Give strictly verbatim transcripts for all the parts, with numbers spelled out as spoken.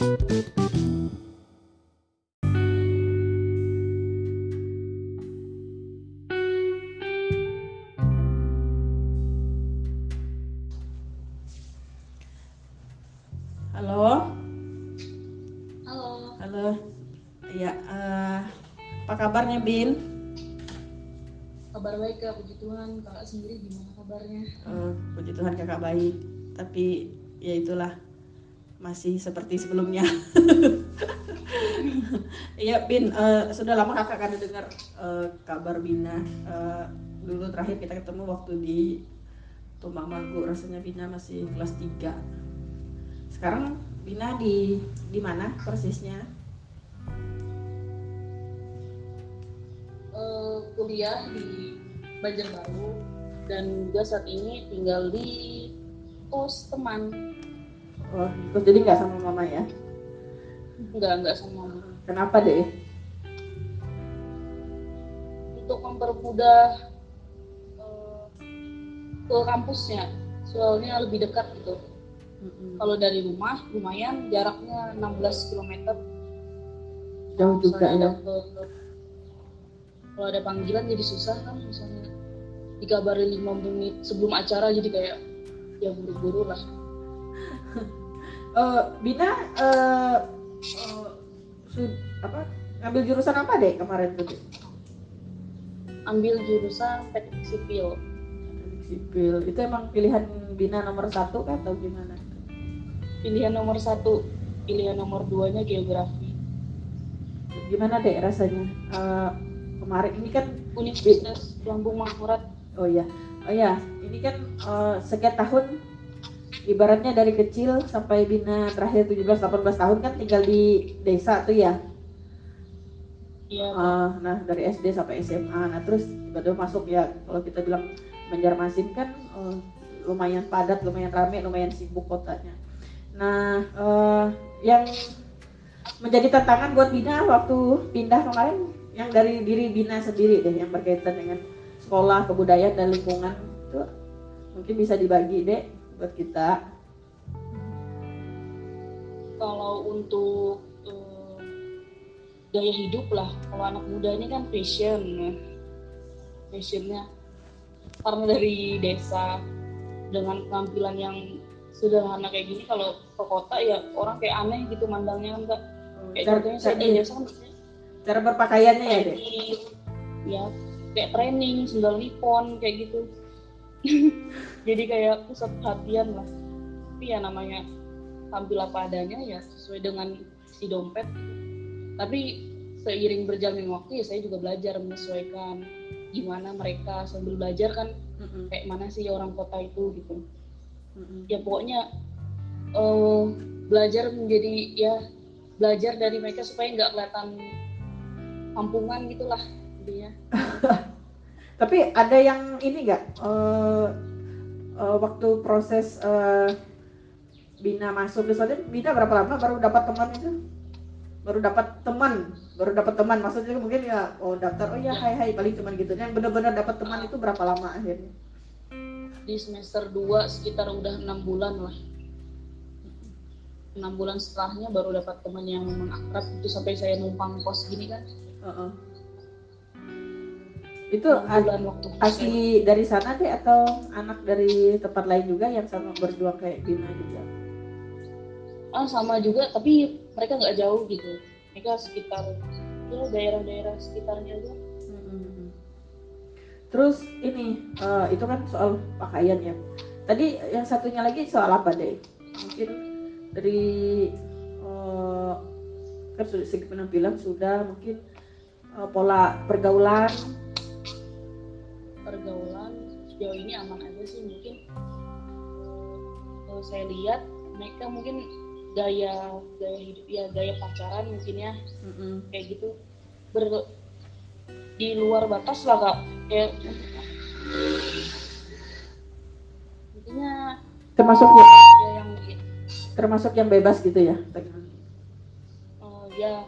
Halo, Halo, halo. Ya, eh, apa kabarnya Bin? kabar baik Kak, puji Tuhan. Kakak sendiri gimana kabarnya? Eh, puji Tuhan kakak baik. Tapi ya itulah, masih seperti sebelumnya. Iya Bin, eh, sudah lama kakak kan dengar eh, kabar Bina. Eh, dulu terakhir kita ketemu waktu di Tumbang Magu, rasanya Bina masih kelas tiga. Sekarang Bina di di mana persisnya? Eh, kuliah di Banjarbaru dan juga saat ini tinggal di kos teman. Oh, ikut jadi nggak sama mama ya? Enggak, enggak sama mama. Kenapa deh? Untuk mempermudah eh, ke kampusnya, soalnya lebih dekat gitu. Mm-mm. Kalau dari rumah lumayan jaraknya enam belas kilometer. Jauh juga ya. Misalnya ada ke- kalau ada panggilan jadi susah kan, misalnya dikabarin lima menit sebelum acara jadi kayak ya buru-buru lah. Eh, Bina eh, eh, sud- apa ngambil jurusan apa deh kemarin tuh? Dek? Ambil jurusan teknik sipil. Teknik sipil. Itu emang pilihan Bina nomor satu kan atau gimana? Pilihan nomor satu, pilihan nomor duanya geografi. Gimana deh rasanya? Eh, kemarin ini kan Universitas Lambung Mangkurat. Oh ya, oh ya, ini kan eh, sekian tahun ibaratnya dari kecil sampai Bina terakhir tujuh belas delapan belas tahun kan tinggal di desa tuh ya. Iya, Uh, nah dari S D sampai S M A, nah terus tiba-tiba masuk ya, kalau kita bilang Banjarmasin kan uh, lumayan padat, lumayan ramai, lumayan sibuk kotanya. Nah uh, yang menjadi tantangan buat Bina waktu pindah kemarin, yang dari diri Bina sendiri deh, yang berkaitan dengan sekolah, kebudayaan dan lingkungan itu mungkin bisa dibagi deh buat kita. Kalau untuk uh, gaya hidup lah, kalau anak muda ini kan passion, passionnya karena dari desa dengan penampilan yang sederhana kayak gini, kalau ke kota ya orang kayak aneh gitu mandangnya kan Kak. Kayak Cara, contohnya saya cara, di desa kan cara berpakaiannya ya deh. Ya kayak training, sendal nipon kayak gitu. Jadi kayak pusat perhatian lah. Tapi ya namanya tampil apa adanya ya sesuai dengan si dompet. Tapi seiring berjalannya waktu ya saya juga belajar menyesuaikan gimana mereka sambil belajar kan, mm-hmm. kayak mana sih orang kota itu gitu. Mm-hmm. Ya pokoknya uh, belajar menjadi ya belajar dari mereka supaya nggak kelihatan kampungan gitulah intinya. Tapi ada yang ini nggak uh, uh, waktu proses uh, Bina masuk di sana, Bina berapa lama baru dapat teman itu? Baru dapat teman, baru dapat teman maksudnya mungkin ya oh daftar oh ya hai hai paling cuman gitu. Yang benar-benar dapat teman itu berapa lama akhirnya? Di semester dua sekitar udah enam bulan lah. enam bulan setelahnya baru dapat teman yang memang akrab itu, sampai saya numpang kos gini kan. Uh-uh. Itu ad, waktu asli saya dari sana deh atau anak dari tempat lain juga yang sama berjuang kayak Bina juga? Ah sama juga, tapi mereka nggak jauh gitu. Mereka sekitar ya daerah-daerah sekitarnya aja. Hmm. Terus ini uh, itu kan soal pakaian ya. Tadi yang satunya lagi soal apa deh? Mungkin dari uh, kan sudah segi penampilan sudah, mungkin uh, pola pergaulan. Pergaulan sejauh ini aman aja sih, mungkin kalau saya lihat mereka mungkin gaya gaya hidup ya gaya pacaran mungkin ya, mm-hmm. kayak gitu ber di luar batas lah Kak, kayak intinya termasuk ya, ya yang termasuk yang bebas gitu ya. Uh, ya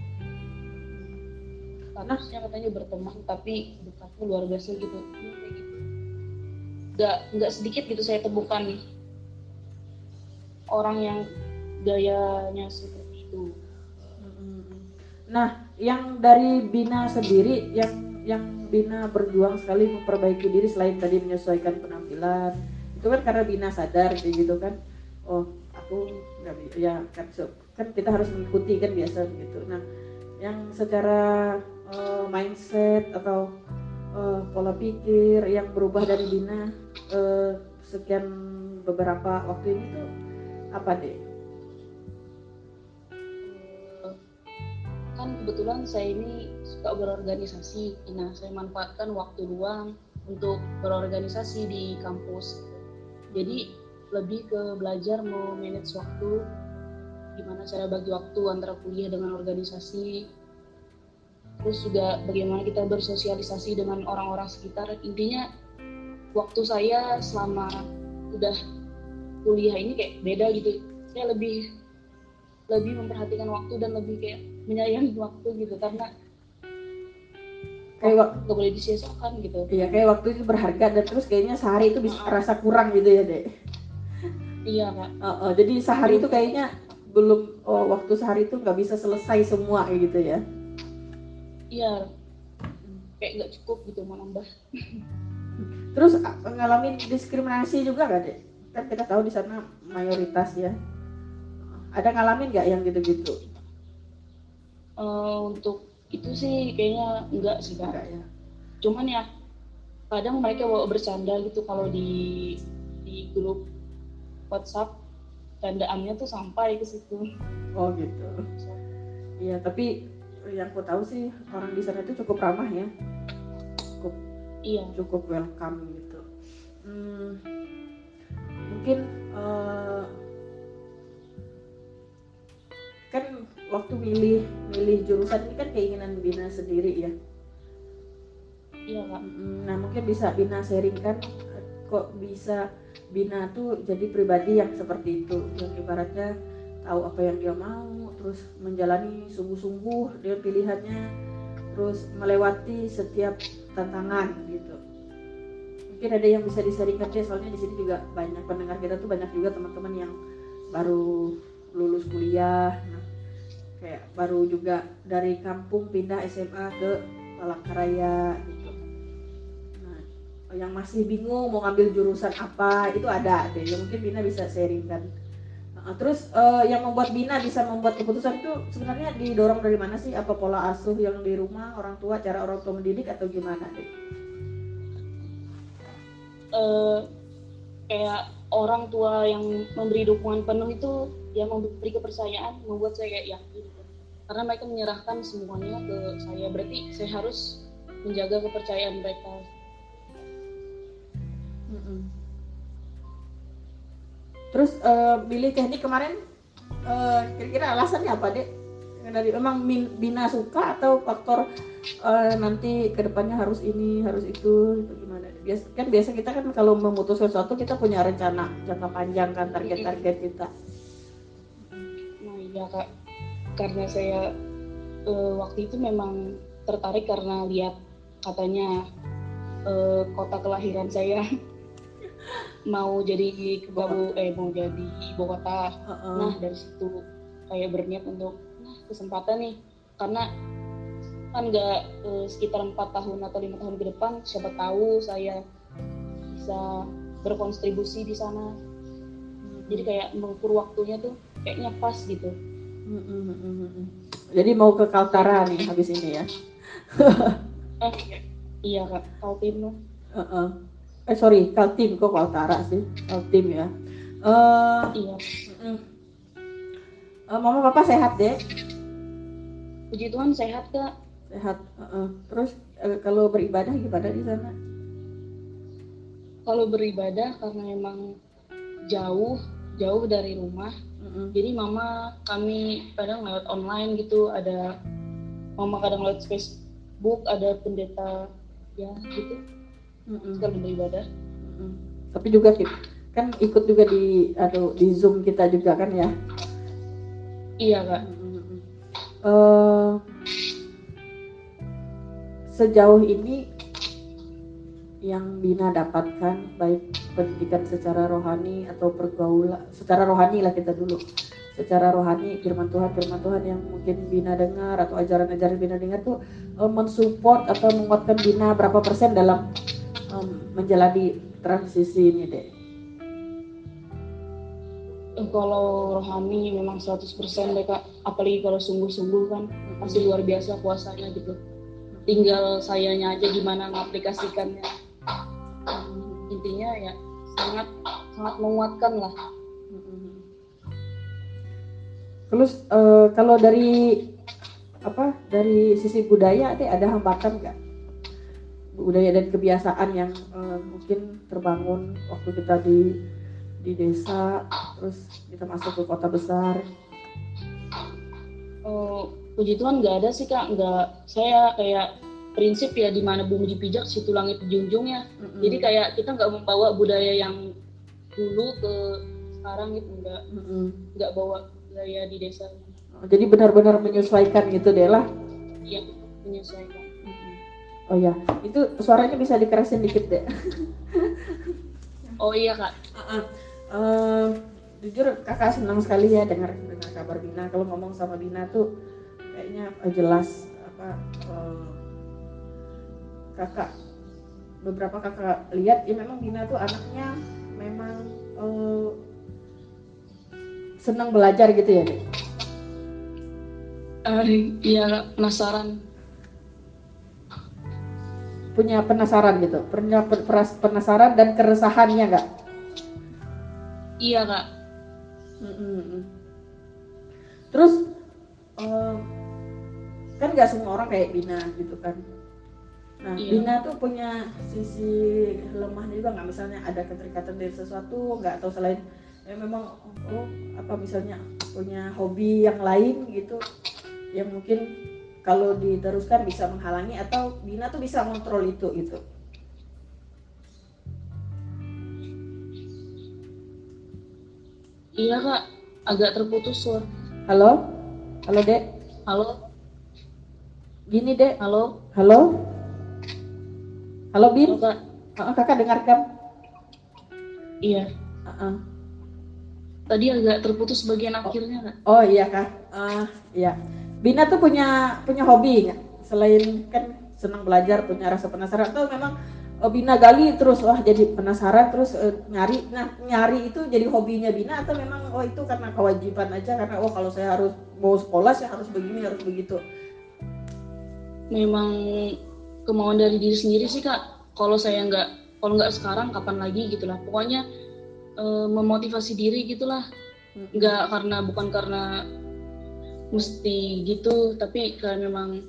statusnya katanya berteman tapi dekatnya luar biasa gitu, kayak gitu. Nggak nggak sedikit gitu saya temukan orang yang gayanya seperti Nah, yang dari Bina sendiri, yang yang Bina berjuang sekali memperbaiki diri selain tadi menyesuaikan penampilan, itu kan karena Bina sadar kayak gitu kan, oh aku nggak bi- ya kan, so- kan kita harus mengikuti kan biasa begitu. Nah, yang secara eh, mindset atau eh, pola pikir yang berubah dari Bina eh, sekian beberapa waktu ini tuh apa deh? Eh, kan kebetulan saya ini suka berorganisasi. Nah, saya manfaatkan waktu luang untuk berorganisasi di kampus. Jadi lebih ke belajar memanage waktu, gimana cara bagi waktu antara kuliah dengan organisasi, terus juga bagaimana kita bersosialisasi dengan orang-orang sekitar. Intinya waktu saya selama udah kuliah ini kayak beda gitu. Saya lebih lebih memperhatikan waktu dan lebih kayak menyayangi waktu gitu, karena Kayak waktu nggak boleh disia-siakan gitu. Iya, kayak waktu itu berharga dan terus kayaknya sehari itu bisa rasa kurang gitu ya, Dek. Iya, Kak. Uh, uh, jadi sehari itu kayaknya belum, oh, waktu sehari itu nggak bisa selesai semua kayak gitu ya. Iya, kayak nggak cukup gitu mau nambah. Terus uh, ngalamin diskriminasi juga gak, Dek? Kan kita tahu di sana mayoritas ya. Ada ngalamin nggak yang gitu-gitu? Uh, untuk itu sih kayaknya enggak sih, Kak. Enggak ya. Cuman ya kadang mereka bawa bercanda gitu kalau di di grup WhatsApp, candaannya tuh sampai ke situ. Oh gitu. Iya, tapi yang aku tahu sih orang di sana itu cukup ramah ya, cukup Iya. cukup welcome gitu. Hmm, mungkin uh, kan waktu milih milih jurusan ini kan keinginan Bina sendiri ya. Iya, Kak. Nah, mungkin bisa Bina sharingkan kok bisa Bina tuh jadi pribadi yang seperti itu, yang ibaratnya tahu apa yang dia mau, terus menjalani sungguh-sungguh dengan pilihannya, terus melewati setiap tantangan gitu. Mungkin ada yang bisa disaringkan deh, soalnya di sini juga banyak pendengar kita tuh, banyak juga teman-teman yang baru lulus kuliah, nah, kayak baru juga dari kampung pindah S M A ke Palangkaraya gitu. Nah, yang masih bingung mau ngambil jurusan apa itu ada deh, yang mungkin Bina bisa sharingkan. Nah, terus uh, yang membuat Bina bisa membuat keputusan itu sebenarnya didorong dari mana sih? Apa pola asuh yang di rumah, orang tua, cara orang tua mendidik, atau gimana deh? Uh, kayak orang tua yang memberi dukungan penuh itu, yang memberi kepercayaan, membuat saya kayak yakin. Karena mereka menyerahkan semuanya ke saya, berarti saya harus menjaga kepercayaan mereka. Mm-mm. Terus uh, pilih teknik kemarin, uh, kira-kira alasannya apa dek? Dari emang Bina suka atau faktor uh, nanti kedepannya harus ini harus itu, itu gimana? Biasa kan biasa kita kan kalau memutuskan sesuatu kita punya rencana jangka panjang kan, target-target kita. Nah iya Kak, karena saya uh, waktu itu memang tertarik karena lihat katanya uh, kota kelahiran saya mau jadi kebabu eh mau jadi ibu kota. Uh-uh. Nah dari situ kayak berniat untuk nah kesempatan nih, karena kan nggak eh, sekitar empat tahun atau lima tahun ke depan siapa tahu saya bisa berkontribusi di sana. Hmm. Jadi kayak mengukur waktunya tuh kayaknya pas gitu. Hmm, hmm, hmm, hmm. Jadi mau ke Kaltara nih habis ini ya? eh, iya Kak, Kaltim loh. Uh-uh. Eh sorry, Kaltim, kok Kaltara sih? Kaltim ya. Uh, iya. Uh, uh, Mama Papa sehat deh? Puji Tuhan sehat Kak. Sehat. Uh-uh. Terus uh, kalau beribadah gimana di sana? Kalau beribadah karena memang jauh jauh dari rumah, uh-uh. jadi Mama kami kadang lewat online gitu, ada Mama kadang lewat Facebook, ada pendeta ya gitu. Mm-mm. Sekali beribadah. Mm-mm. Tapi juga kan ikut juga di aduh di Zoom kita juga kan ya? Iya Kak. Uh, sejauh ini yang Bina dapatkan baik pendidikan secara rohani atau pergaulan secara rohani lah kita dulu, secara rohani firman Tuhan firman Tuhan yang mungkin Bina dengar atau ajaran-ajaran Bina dengar tuh uh, mensupport atau menguatkan Bina berapa persen dalam um, menjalani transisi ini deh? Kalau rohani memang seratus persen deh Kak, apalagi kalau sungguh-sungguh kan pasti luar biasa kuasanya gitu. Tinggal sayanya aja gimana mengaplikasikannya. Intinya ya sangat sangat menguatkan lah. Terus uh, kalau dari apa dari sisi budaya deh ada hambatan nggak? Budaya dan kebiasaan yang uh, mungkin terbangun waktu kita di di desa, terus kita masuk ke kota besar. Oh, puji Tuhan nggak ada sih Kak, nggak. Saya kayak prinsip ya di mana bumi dipijak situ langit dijunjung ya. Mm-hmm. Jadi kayak kita nggak membawa budaya yang dulu ke sekarang gitu, nggak mm-hmm. nggak bawa budaya di desa. Oh, jadi benar-benar menyesuaikan gitu deh lah. Iya, menyesuaikan. Mm-hmm. Oh ya, itu suaranya bisa dikerasin dikit deh. Oh iya Kak. Uh-uh. Uh, jujur kakak senang sekali ya dengar dengar kabar Bina. Kalau ngomong sama Bina tuh kayaknya uh, jelas apa uh, kakak beberapa kakak lihat ya memang Bina tuh anaknya memang uh, senang belajar gitu ya deh. Uh, iya penasaran. Punya penasaran gitu, punya penasaran dan keresahannya nggak? Iya Kak. Mm-mm. Terus um, kan nggak semua orang kayak Bina gitu kan. Nah iya. Bina tuh punya sisi lemahnya juga nggak, misalnya ada keterikatan dari sesuatu nggak, atau selain ya memang oh apa misalnya punya hobi yang lain gitu yang mungkin kalau diteruskan bisa menghalangi, atau Bina tuh bisa kontrol itu gitu. Iya Kak, agak terputus suara. Halo? Halo Dek? Halo? Gini Dek? Halo? Halo? Halo Bin? Halo, Kak. Uh, kakak dengarkan? Iya. Uh-uh. Tadi agak terputus bagian oh. akhirnya Kak. Oh iya Kak, uh, iya. Bina tuh punya punya hobi nggak? Selain kan senang belajar, punya rasa penasaran, atau memang uh, Bina gali terus wah jadi penasaran terus uh, nyari. Nah nyari itu jadi hobinya Bina, atau memang oh itu karena kewajiban aja, karena oh kalau saya harus mau sekolah saya harus begini harus begitu. Memang kemauan dari diri sendiri sih Kak. Kalau saya nggak, kalau nggak sekarang kapan lagi gitulah. Pokoknya uh, memotivasi diri gitulah. Nggak karena bukan karena mesti gitu, tapi karena memang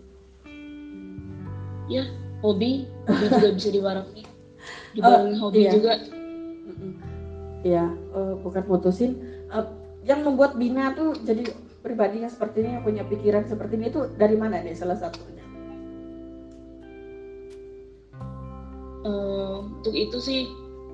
ya hobi, hobi juga bisa dibarengi, dibarengi oh, hobi iya. juga. Iya, uh, bukan putusin. Uh, yang membuat Bina tuh jadi pribadinya seperti ini, punya pikiran seperti ini itu dari mana deh salah satunya? Uh, untuk itu sih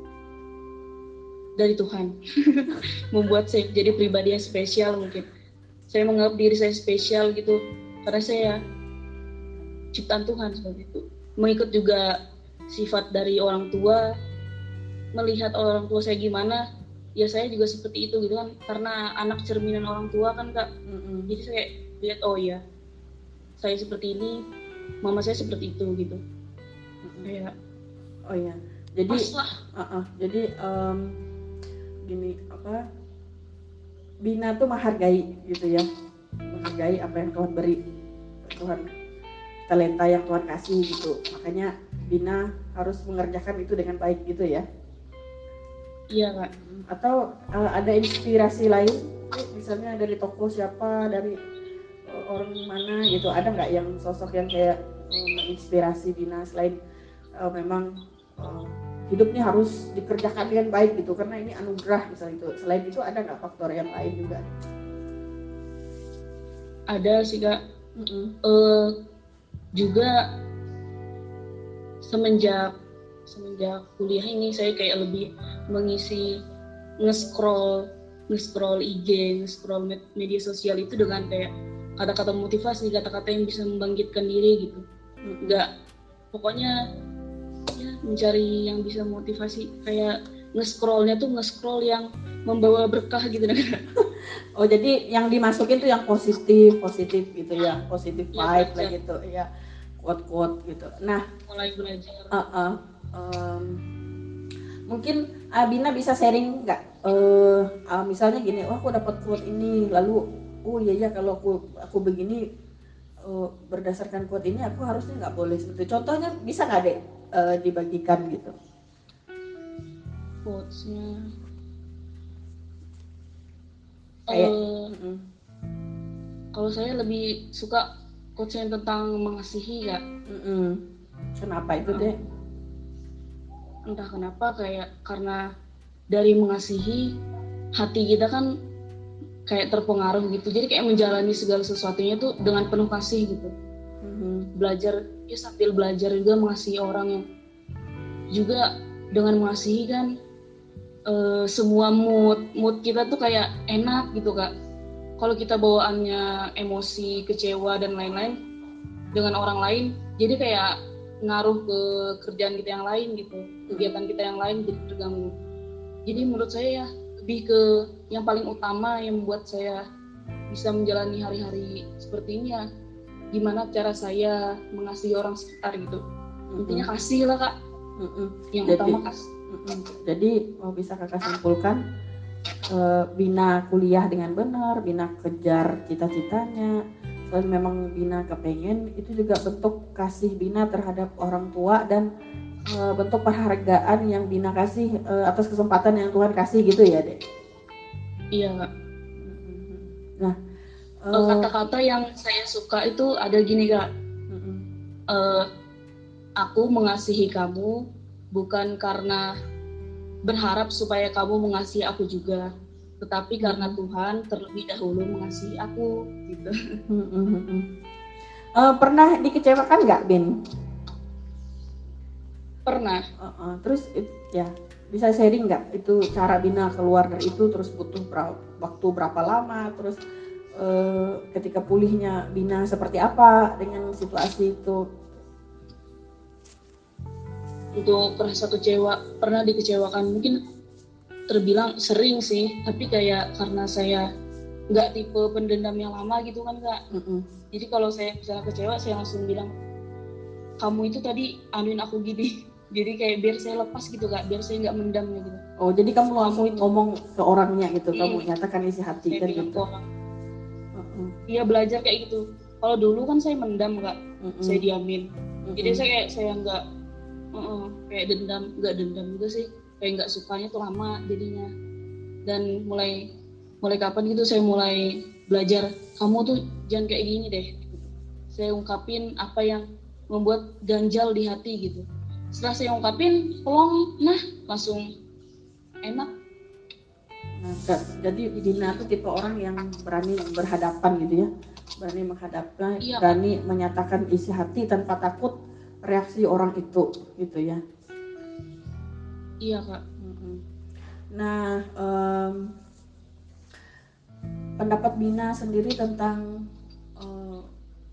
dari Tuhan, membuat saya jadi pribadi yang spesial mungkin. Saya menganggap diri saya spesial gitu karena saya ciptaan Tuhan seperti itu. Mengikut juga sifat dari orang tua, melihat orang tua saya gimana, ya saya juga seperti itu gitu kan. Karena anak cerminan orang tua kan Kak. Mm-hmm. Jadi saya lihat oh ya, saya seperti ini, mama saya seperti itu gitu. Mm-hmm. Ya. Oh ya, jadi uh-uh, jadi um, gini apa? Bina tuh menghargai gitu ya, menghargai apa yang Tuhan beri, Tuhan talenta yang Tuhan kasih gitu. Makanya Bina harus mengerjakan itu dengan baik gitu ya. Iya Kak. Atau uh, ada inspirasi lain, misalnya dari tokoh siapa, dari uh, orang mana gitu, ada nggak yang sosok yang kayak uh, menginspirasi Bina selain uh, memang uh, hidupnya harus dikerjakan dengan baik gitu karena ini anugerah misalnya itu. Selain itu ada nggak faktor yang lain juga? Ada sih Kak. Uh, juga semenjak semenjak kuliah ini saya kayak lebih mengisi nge-scroll nge-scroll I G, nge-scroll media sosial itu dengan kayak kata-kata motivasi, kata-kata yang bisa membangkitkan diri gitu. Nggak, pokoknya ya mencari yang bisa motivasi, kayak nge-scrollnya tuh nge-scroll yang membawa berkah gitu kan. Oh jadi yang dimasukin tuh yang positif, positif gitu ya, positif Ya, vibe lah gitu ya, quote-quote gitu. Nah, mulai belajar. uh-uh, um, mungkin Abina bisa sharing nggak? Uh, uh, misalnya gini, oh aku dapat quote ini, lalu oh iya ya kalau aku aku begini uh, berdasarkan quote ini aku harusnya nggak boleh seperti. Contohnya bisa nggak deh uh, dibagikan gitu? Quotesnya. Kayak, Uh, mm-mm. Kalau saya lebih suka quotes yang tentang mengasihi ya. Mm-mm. Kenapa itu deh? Entah kenapa kayak karena dari mengasihi hati kita kan kayak terpengaruh gitu. Jadi kayak menjalani segala sesuatunya tuh dengan penuh kasih gitu. Mm-hmm. Belajar ya sambil belajar juga mengasihi orang yang juga dengan mengasihi kan uh, semua mood mood kita tuh kayak enak gitu Kak. Kalau kita bawaannya emosi, kecewa dan lain-lain dengan orang lain, jadi kayak ngaruh ke kerjaan kita yang lain gitu, kegiatan kita yang lain jadi terganggu. Jadi menurut saya ya lebih ke yang paling utama yang membuat saya bisa menjalani hari-hari seperti ini ya, gimana cara saya mengasihi orang sekitar gitu. Intinya kasih lah Kak. Mm-mm. Yang jadi, utama kasih. Mm-mm. Jadi mau bisa Kakak simpulkan, uh, Bina kuliah dengan benar, Bina kejar cita-citanya, dan memang Bina kepengen, itu juga bentuk kasih Bina terhadap orang tua dan uh, bentuk penghargaan yang Bina kasih uh, atas kesempatan yang Tuhan kasih gitu ya Dek? Iya Kak. Nah, uh, kata-kata yang saya suka itu ada gini Kak, uh, aku mengasihi kamu bukan karena berharap supaya kamu mengasihi aku juga, tetapi karena Tuhan terlebih dahulu mengasihi aku gitu. uh, pernah dikecewakan nggak Bin? Pernah. Uh-uh. Terus ya bisa sharing nggak itu cara Bina keluar dari itu, terus butuh berapa, waktu berapa lama, terus uh, ketika pulihnya Bina seperti apa dengan situasi itu? Untuk merasa kecewa, pernah dikecewakan mungkin terbilang sering sih, tapi kayak karena saya nggak tipe pendendam yang lama gitu kan Kak. Mm-mm. Jadi kalau saya misalnya kecewa, saya langsung bilang, kamu itu tadi anuin aku gini. Jadi kayak biar saya lepas gitu Kak, biar saya nggak mendam gitu. Oh jadi kamu langsung kamu ngomong ke orangnya gitu, mm, kamu nyatakan isi hati saya kan bilang gitu. Ke orang. Iya belajar kayak gitu. Kalau dulu kan saya mendam Kak, mm-mm. saya diamin. Mm-mm. Jadi saya kayak saya nggak Uh, kayak dendam, nggak dendam juga sih, kayak nggak sukanya tuh lama jadinya. Dan mulai mulai kapan gitu saya mulai belajar, kamu tuh jangan kayak gini deh. Saya ungkapin apa yang membuat ganjal di hati gitu. Setelah saya ungkapin, pelong, nah langsung enak. Nah, jadi Dina tuh tipe orang yang berani berhadapan gitu ya, berani menghadapkan, iya, berani menyatakan isi hati tanpa takut reaksi orang itu gitu ya. Iya Kak. Nah, um, pendapat Bina sendiri tentang um,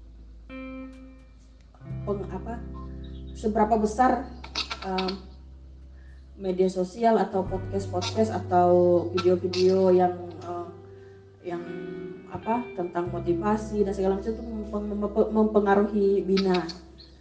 peng, apa, seberapa besar um, media sosial atau podcast-podcast atau video-video yang uh, yang apa tentang motivasi dan segala macam itu mempengaruhi Bina?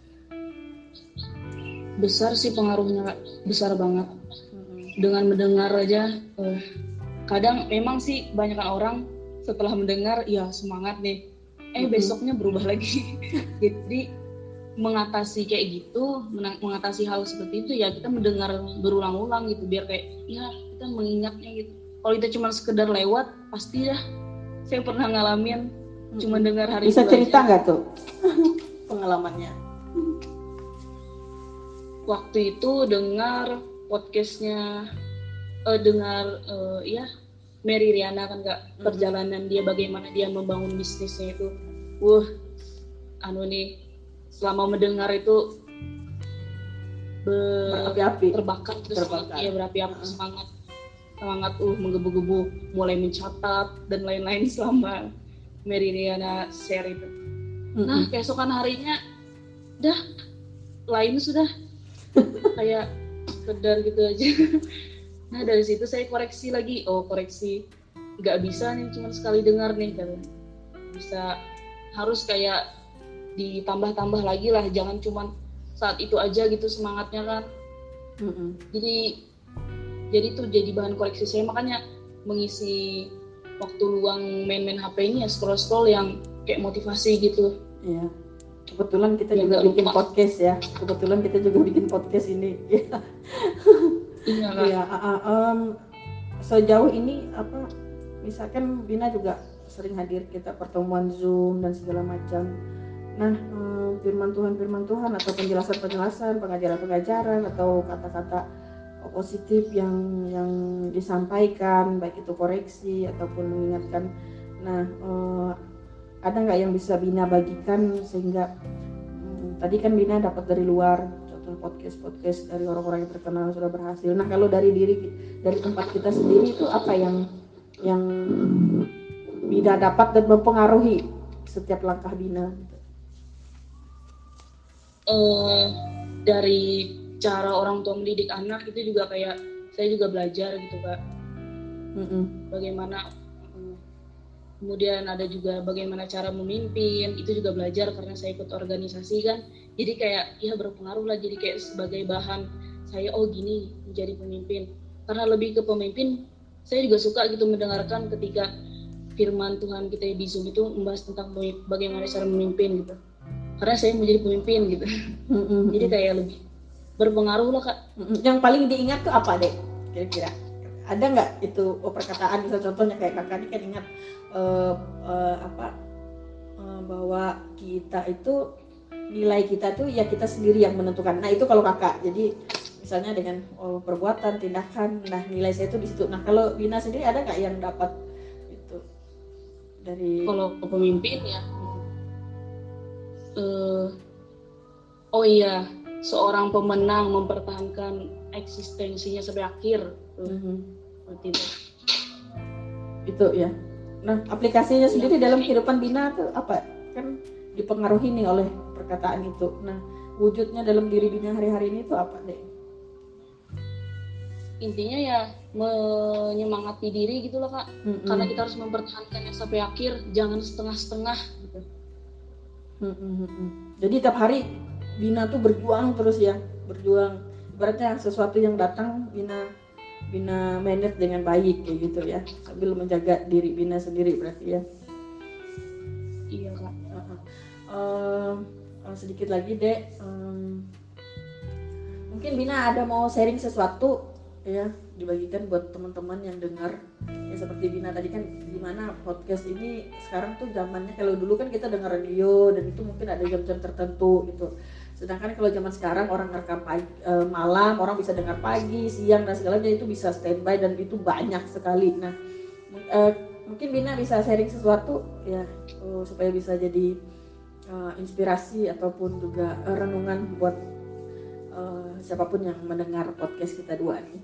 Besar sih pengaruhnya Kak, besar banget. Mm-hmm. Dengan mendengar aja, uh, kadang memang sih kebanyakan orang setelah mendengar ya semangat nih, eh mm-hmm. besoknya berubah lagi. Jadi mengatasi kayak gitu, mengatasi hal seperti itu ya kita mendengar berulang-ulang gitu biar kayak ya kita mengingatnya gitu. Kalau kita cuma sekedar lewat, pasti dah saya pernah ngalamin mm-hmm. cuma dengar hari bisa itu cerita nggak aja. Tuh pengalamannya? Waktu itu dengar podcastnya, uh, dengar uh, ya Mary Riana kan Kak, mm-hmm. perjalanan dia bagaimana dia membangun bisnisnya itu, wah, anu nih, selama mendengar itu ber- berapi-api, terbakar terus semangat, ya berapi-api uh-huh. semangat, semangat uh menggebu-gebu, mulai mencatat dan lain-lain selama Mary Riana share itu. Mm-hmm. Nah keesokan harinya, dah lain sudah. Kayak sekedar gitu aja. Nah dari situ saya koreksi lagi, oh koreksi nggak bisa nih cuma sekali dengar nih kan, bisa harus kayak ditambah-tambah lagi lah, jangan cuma saat itu aja gitu semangatnya kan. Mm-mm. Jadi jadi tuh jadi bahan koleksi saya, makanya mengisi waktu luang main-main H P ini ya scroll-scroll yang kayak motivasi gitu. Iya. Kebetulan kita Ya, juga bikin lupa. podcast ya. Kebetulan kita juga bikin podcast ini. Iya kan. Iya. Uh, um, sejauh ini apa? Misalkan Bina juga sering hadir kita pertemuan Zoom dan segala macam. Nah, um, firman Tuhan, firman Tuhan atau penjelasan-penjelasan, pengajaran-pengajaran atau kata-kata positif yang yang disampaikan, baik itu koreksi ataupun mengingatkan. Nah, uh, ada nggak yang bisa Bina bagikan sehingga hmm, tadi kan Bina dapat dari luar contoh podcast-podcast dari orang-orang yang terkenal sudah berhasil. Nah kalau dari diri dari tempat kita sendiri itu apa yang yang Bina dapat dan mempengaruhi setiap langkah Bina? Uh, dari cara orang tua mendidik anak itu juga kayak saya juga belajar gitu Kak. Mm-mm. Bagaimana kemudian ada juga bagaimana cara memimpin, itu juga belajar karena saya ikut organisasi kan. Jadi kayak ya berpengaruh lah, jadi kayak sebagai bahan saya, oh gini menjadi pemimpin. Karena lebih ke pemimpin, saya juga suka gitu mendengarkan ketika firman Tuhan kita di Zoom itu membahas tentang bagaimana cara memimpin gitu. Karena saya menjadi pemimpin gitu. Mm-hmm. Jadi kayak lebih berpengaruh lah Kak. Mm-hmm. Yang paling diingat tuh apa deh kira-kira? Ada nggak itu oh, perkataan misal contohnya kayak kakak ini kan ingat uh, uh, apa uh, bahwa kita itu nilai kita tuh ya kita sendiri yang menentukan. Nah itu kalau kakak, jadi misalnya dengan oh, perbuatan, tindakan, nah nilai saya itu di situ. Nah kalau Bina sendiri ada nggak yang dapat itu dari? Kalau pemimpin ya, uh, oh iya seorang pemenang mempertahankan eksistensinya sampai akhir. Mm-hmm. Itu. Itu ya. Nah aplikasinya sendiri ya. Dalam kehidupan Bina tuh apa? Kan dipengaruhi nih oleh perkataan itu. Nah wujudnya dalam diri Bina hari-hari ini tuh apa deh? Intinya ya menyemangati diri gitu loh Kak. Mm-mm. Karena kita harus mempertahankannya sampai akhir, jangan setengah-setengah gitu. Mm-mm. Jadi tiap hari Bina tuh berjuang terus ya, berjuang. Ibaratnya sesuatu yang datang Bina Bina manage dengan baik kayak gitu ya, sambil menjaga diri Bina sendiri berarti ya. Iya Kak. Uh-huh. Uh, uh, sedikit lagi Dek, um, mungkin Bina ada mau sharing sesuatu ya, dibagikan buat teman-teman yang dengar. Ya seperti Bina tadi kan, gimana podcast ini sekarang tuh zamannya, kalau dulu kan kita dengar radio dan itu mungkin ada jam-jam tertentu gitu. Sedangkan kalau zaman sekarang orang rekam pagi, e, malam, orang bisa dengar pagi, siang dan segalanya itu bisa standby dan itu banyak sekali. Nah, e, mungkin Bina bisa sharing sesuatu ya e, supaya bisa jadi e, inspirasi ataupun juga e, renungan buat e, siapapun yang mendengar podcast kita dua nih.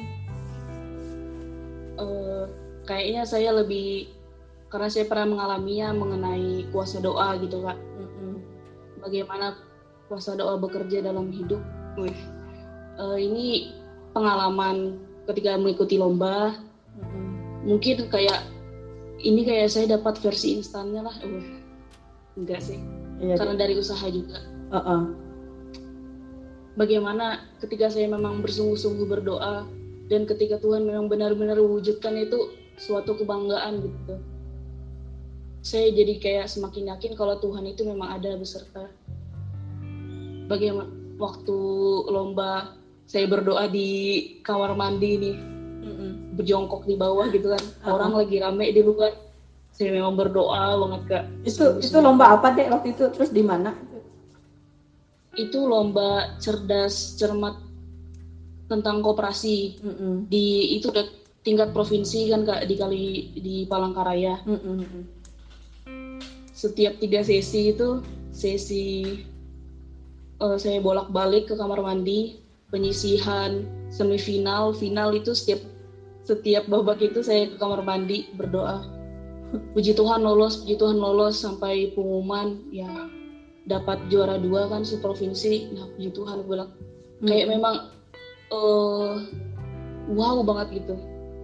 Uh, kayaknya saya lebih karena saya pernah mengalaminya mengenai kuasa doa gitu Kak. Mm-hmm. Bagaimana kuasa doa bekerja dalam hidup. Uh, ini pengalaman ketika mengikuti lomba. Mm-hmm. Mungkin kayak ini kayak saya dapat versi instannya lah. Uh, enggak sih. Iya, karena dari usaha juga. Uh-uh. Bagaimana ketika saya memang bersungguh-sungguh berdoa dan ketika Tuhan memang benar-benar wujudkan itu suatu kebanggaan gitu. Saya jadi kayak semakin yakin kalau Tuhan itu memang ada beserta. Bagaimana waktu lomba saya berdoa di kamar mandi nih, mm-mm. berjongkok di bawah gitu kan, uh-huh. orang lagi rame di luar. Saya memang berdoa banget Kak. Itu itu lomba apa deh waktu itu? Terus di mana? Itu lomba cerdas cermat tentang koperasi. Mm-hmm. Di itu udah tingkat provinsi kan Kak, di kali di Palangkaraya. Mm-hmm. Setiap tiga sesi itu sesi uh, saya bolak-balik ke kamar mandi, penyisihan, semifinal, final itu setiap setiap babak itu saya ke kamar mandi berdoa. Puji Tuhan lolos, puji Tuhan lolos sampai pengumuman ya dapat juara dua kan seprovinsi. Nah puji Tuhan gue bilang mm-hmm. kayak memang Uh, wow banget gitu.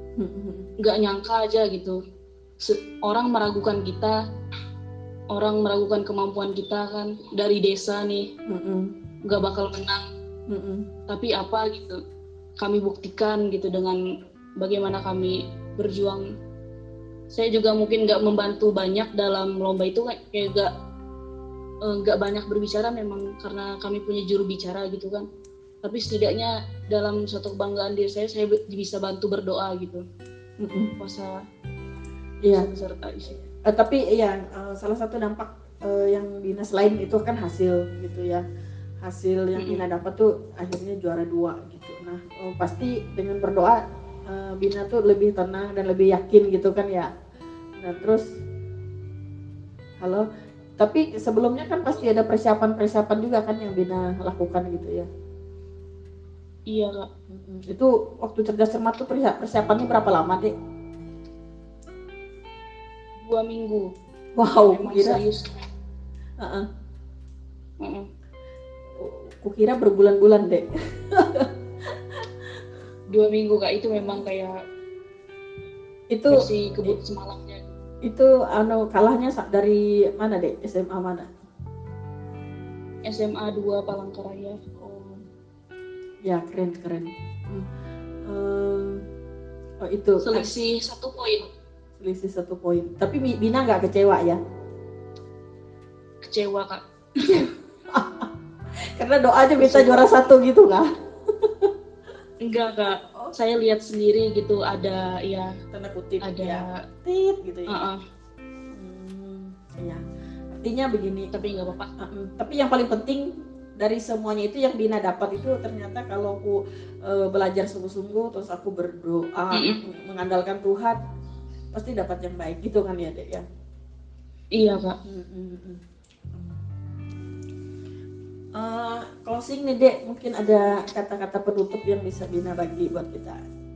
nggak nyangka aja gitu. Orang meragukan kita, orang meragukan kemampuan kita kan, dari desa nih nggak bakal menang. Mm-mm. Tapi apa gitu, kami buktikan gitu dengan bagaimana kami berjuang. Saya juga mungkin nggak membantu banyak dalam lomba itu, kayak nggak nggak banyak berbicara memang karena kami punya juru bicara gitu kan. Tapi setidaknya dalam suatu kebanggaan diri saya, saya bisa bantu berdoa gitu. Puasa iya beserta isi. Uh, tapi ya uh, salah satu dampak uh, yang Bina selain itu kan hasil gitu ya, hasil yang Bina dapat tuh akhirnya juara dua gitu. Nah uh, pasti dengan berdoa uh, Bina tuh lebih tenang dan lebih yakin gitu kan ya. Nah terus halo, tapi sebelumnya kan pasti ada persiapan-persiapan juga kan yang Bina lakukan gitu ya. Iya Kak. Itu waktu cerdas cermat tuh persiapannya berapa lama dek? Dua minggu. Wow, memang kira serius. Uh-uh. Uh-uh. Kukira berbulan-bulan dek. Dua minggu Kak, itu memang kayak itu versi kebut semalamnya. Itu anu kalahnya dari mana dek? S M A mana? S M A dua Palangkaraya. Oh. Ya keren keren. Hmm. Um, oh itu selisih satu poin. Selisih satu poin. Tapi Bina nggak kecewa ya? Kecewa Kak. Karena doanya bisa juara satu gitu kah? Enggak Kak. Oh. Saya lihat sendiri gitu, ada ya tanda kutip ada ya. Tit gitu ya. Uh-uh. Hmm, ya. Artinya begini. Tapi nggak apa-apa. Uh-uh. Tapi yang paling penting dari semuanya itu yang Bina dapat itu ternyata kalau aku uh, belajar sungguh-sungguh terus aku berdoa mm-hmm. mengandalkan Tuhan pasti dapat yang baik gitu kan ya dek ya. Iya Kak. Mm-hmm. Uh, closing nih dek, mungkin ada kata-kata penutup yang bisa Bina bagi buat kita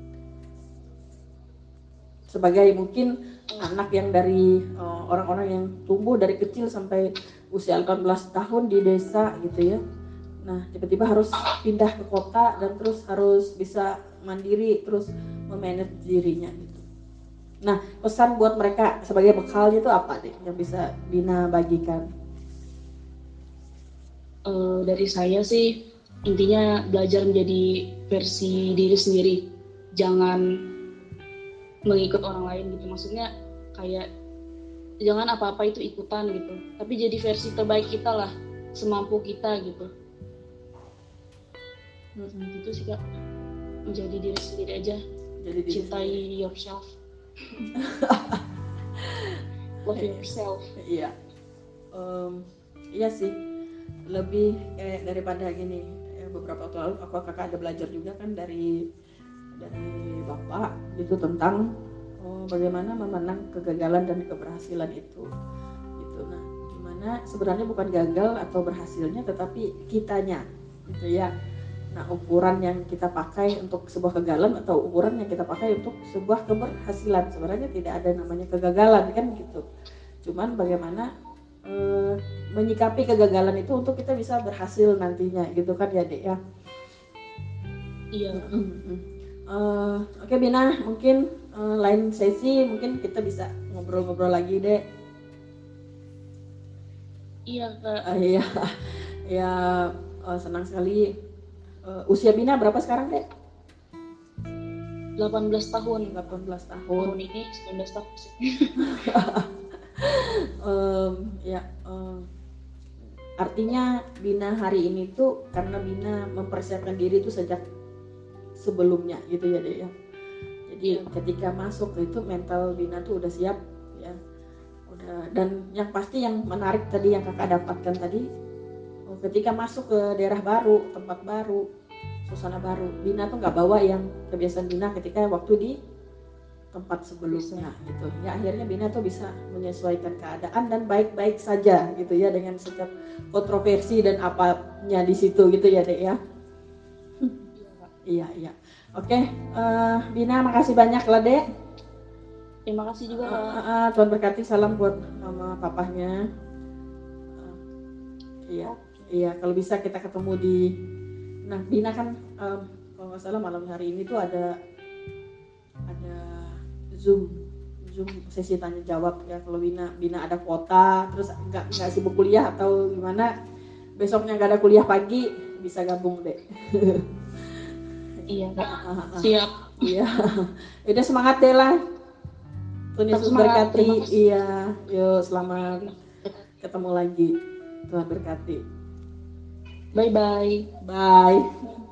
sebagai mungkin anak yang dari uh, orang-orang yang tumbuh dari kecil sampai usia delapan belas tahun di desa gitu ya. Nah tiba-tiba harus pindah ke kota dan terus harus bisa mandiri terus memanage dirinya gitu. Nah pesan buat mereka sebagai bekalnya itu apa deh yang bisa Bina bagikan? Uh, dari saya sih intinya belajar menjadi versi diri sendiri, jangan mengikut orang lain gitu. Maksudnya kayak jangan apa-apa itu ikutan gitu, tapi jadi versi terbaik kita lah, semampu kita gitu. Mm-hmm. Gitu sih Kak, menjadi diri sendiri aja. Jadi cintai sendiri. Yourself. Love yourself. Iya, um, iya sih. Lebih kayak daripada gini, beberapa waktu lalu aku kakak ada belajar juga kan dari dari bapak gitu tentang oh, bagaimana memenang kegagalan dan keberhasilan itu gitu. Nah gimana sebenarnya bukan gagal atau berhasilnya tetapi kitanya gitu ya. Nah ukuran yang kita pakai untuk sebuah kegagalan atau ukuran yang kita pakai untuk sebuah keberhasilan sebenarnya tidak ada namanya kegagalan kan gitu. Cuman bagaimana eh, menyikapi kegagalan itu untuk kita bisa berhasil nantinya gitu kan ya dek ya. Iya. Uh, Oke okay, Bina, mungkin uh, lain sesi mungkin kita bisa ngobrol-ngobrol lagi deh. Iya Kak. Uh, iya, ya uh, senang sekali. Uh, usia Bina berapa sekarang deh? delapan belas tahun. delapan belas tahun. Tahun ini sembilan belas tahun sih. um, ya, um, artinya Bina hari ini tuh karena Bina mempersiapkan diri itu sejak sebelumnya gitu ya dek ya. Jadi ya. Ketika masuk itu mental Bina tuh udah siap ya. Udah, dan yang pasti yang menarik tadi yang kakak dapatkan tadi oh, ketika masuk ke daerah baru, tempat baru, suasana baru, Bina tuh nggak bawa yang kebiasaan Bina ketika waktu di tempat sebelumnya gitu. Ya akhirnya Bina tuh bisa menyesuaikan keadaan dan baik-baik saja gitu ya dengan setiap kontroversi dan apanya di situ gitu ya dek ya. Iya iya. Oke, uh, Bina makasih banyak lah dek. Terima kasih juga. Uh, uh, uh, Tuhan berkati, salam buat mama papahnya. Uh, iya okay. Iya kalau bisa kita ketemu di. Nah Bina kan um, kalau nggak salah malam hari ini tuh ada ada Zoom Zoom sesi tanya jawab ya. Kalau Bina Bina ada kuota terus nggak nggak sibuk kuliah atau gimana, besoknya nggak ada kuliah pagi, bisa gabung deh. Iya Kak, siap. Iya, udah semangat deh lah. Tuhan Yesus berkati. Iya, yuk selamat ketemu lagi. Tuhan berkati. Bye bye. Bye.